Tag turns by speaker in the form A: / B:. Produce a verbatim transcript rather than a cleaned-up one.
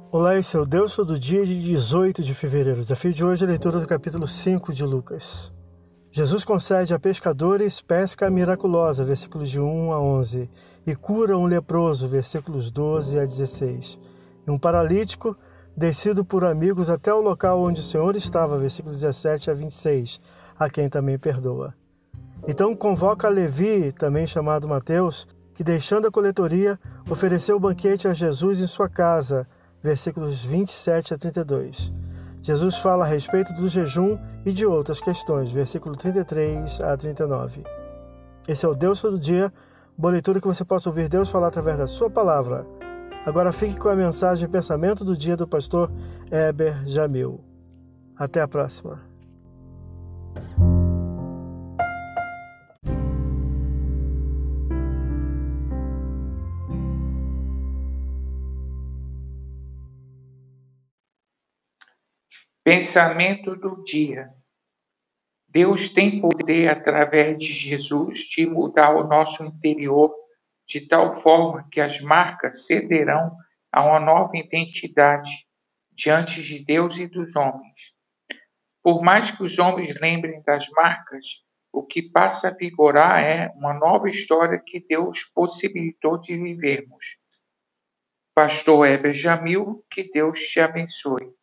A: Olá, esse é o Deus Todo Dia de dezoito de fevereiro. O desafio de hoje é a leitura do capítulo cinco de Lucas. Jesus concede a pescadores pesca miraculosa, versículos de um a onze, e cura um leproso, versículos doze a dezesseis, e um paralítico descido por amigos até o local onde o Senhor estava, versículos dezessete a vinte e seis, a quem também perdoa. Então convoca Levi, também chamado Mateus, que deixando a coletoria, ofereceu o banquete a Jesus em sua casa, versículos vinte e sete a trinta e dois. Jesus fala a respeito do jejum e de outras questões, versículo trinta e três a trinta e nove. Esse é o Deus Todo Dia, boa leitura que você possa ouvir Deus falar através da sua palavra. Agora fique com a mensagem e pensamento do dia do pastor Heber Jamil. Até a próxima.
B: Pensamento do dia. Deus tem poder, através de Jesus, de mudar o nosso interior de tal forma que as marcas cederão a uma nova identidade diante de Deus e dos homens. Por mais que os homens lembrem das marcas, o que passa a vigorar é uma nova história que Deus possibilitou de vivermos. Pastor Heber Jamil, que Deus te abençoe.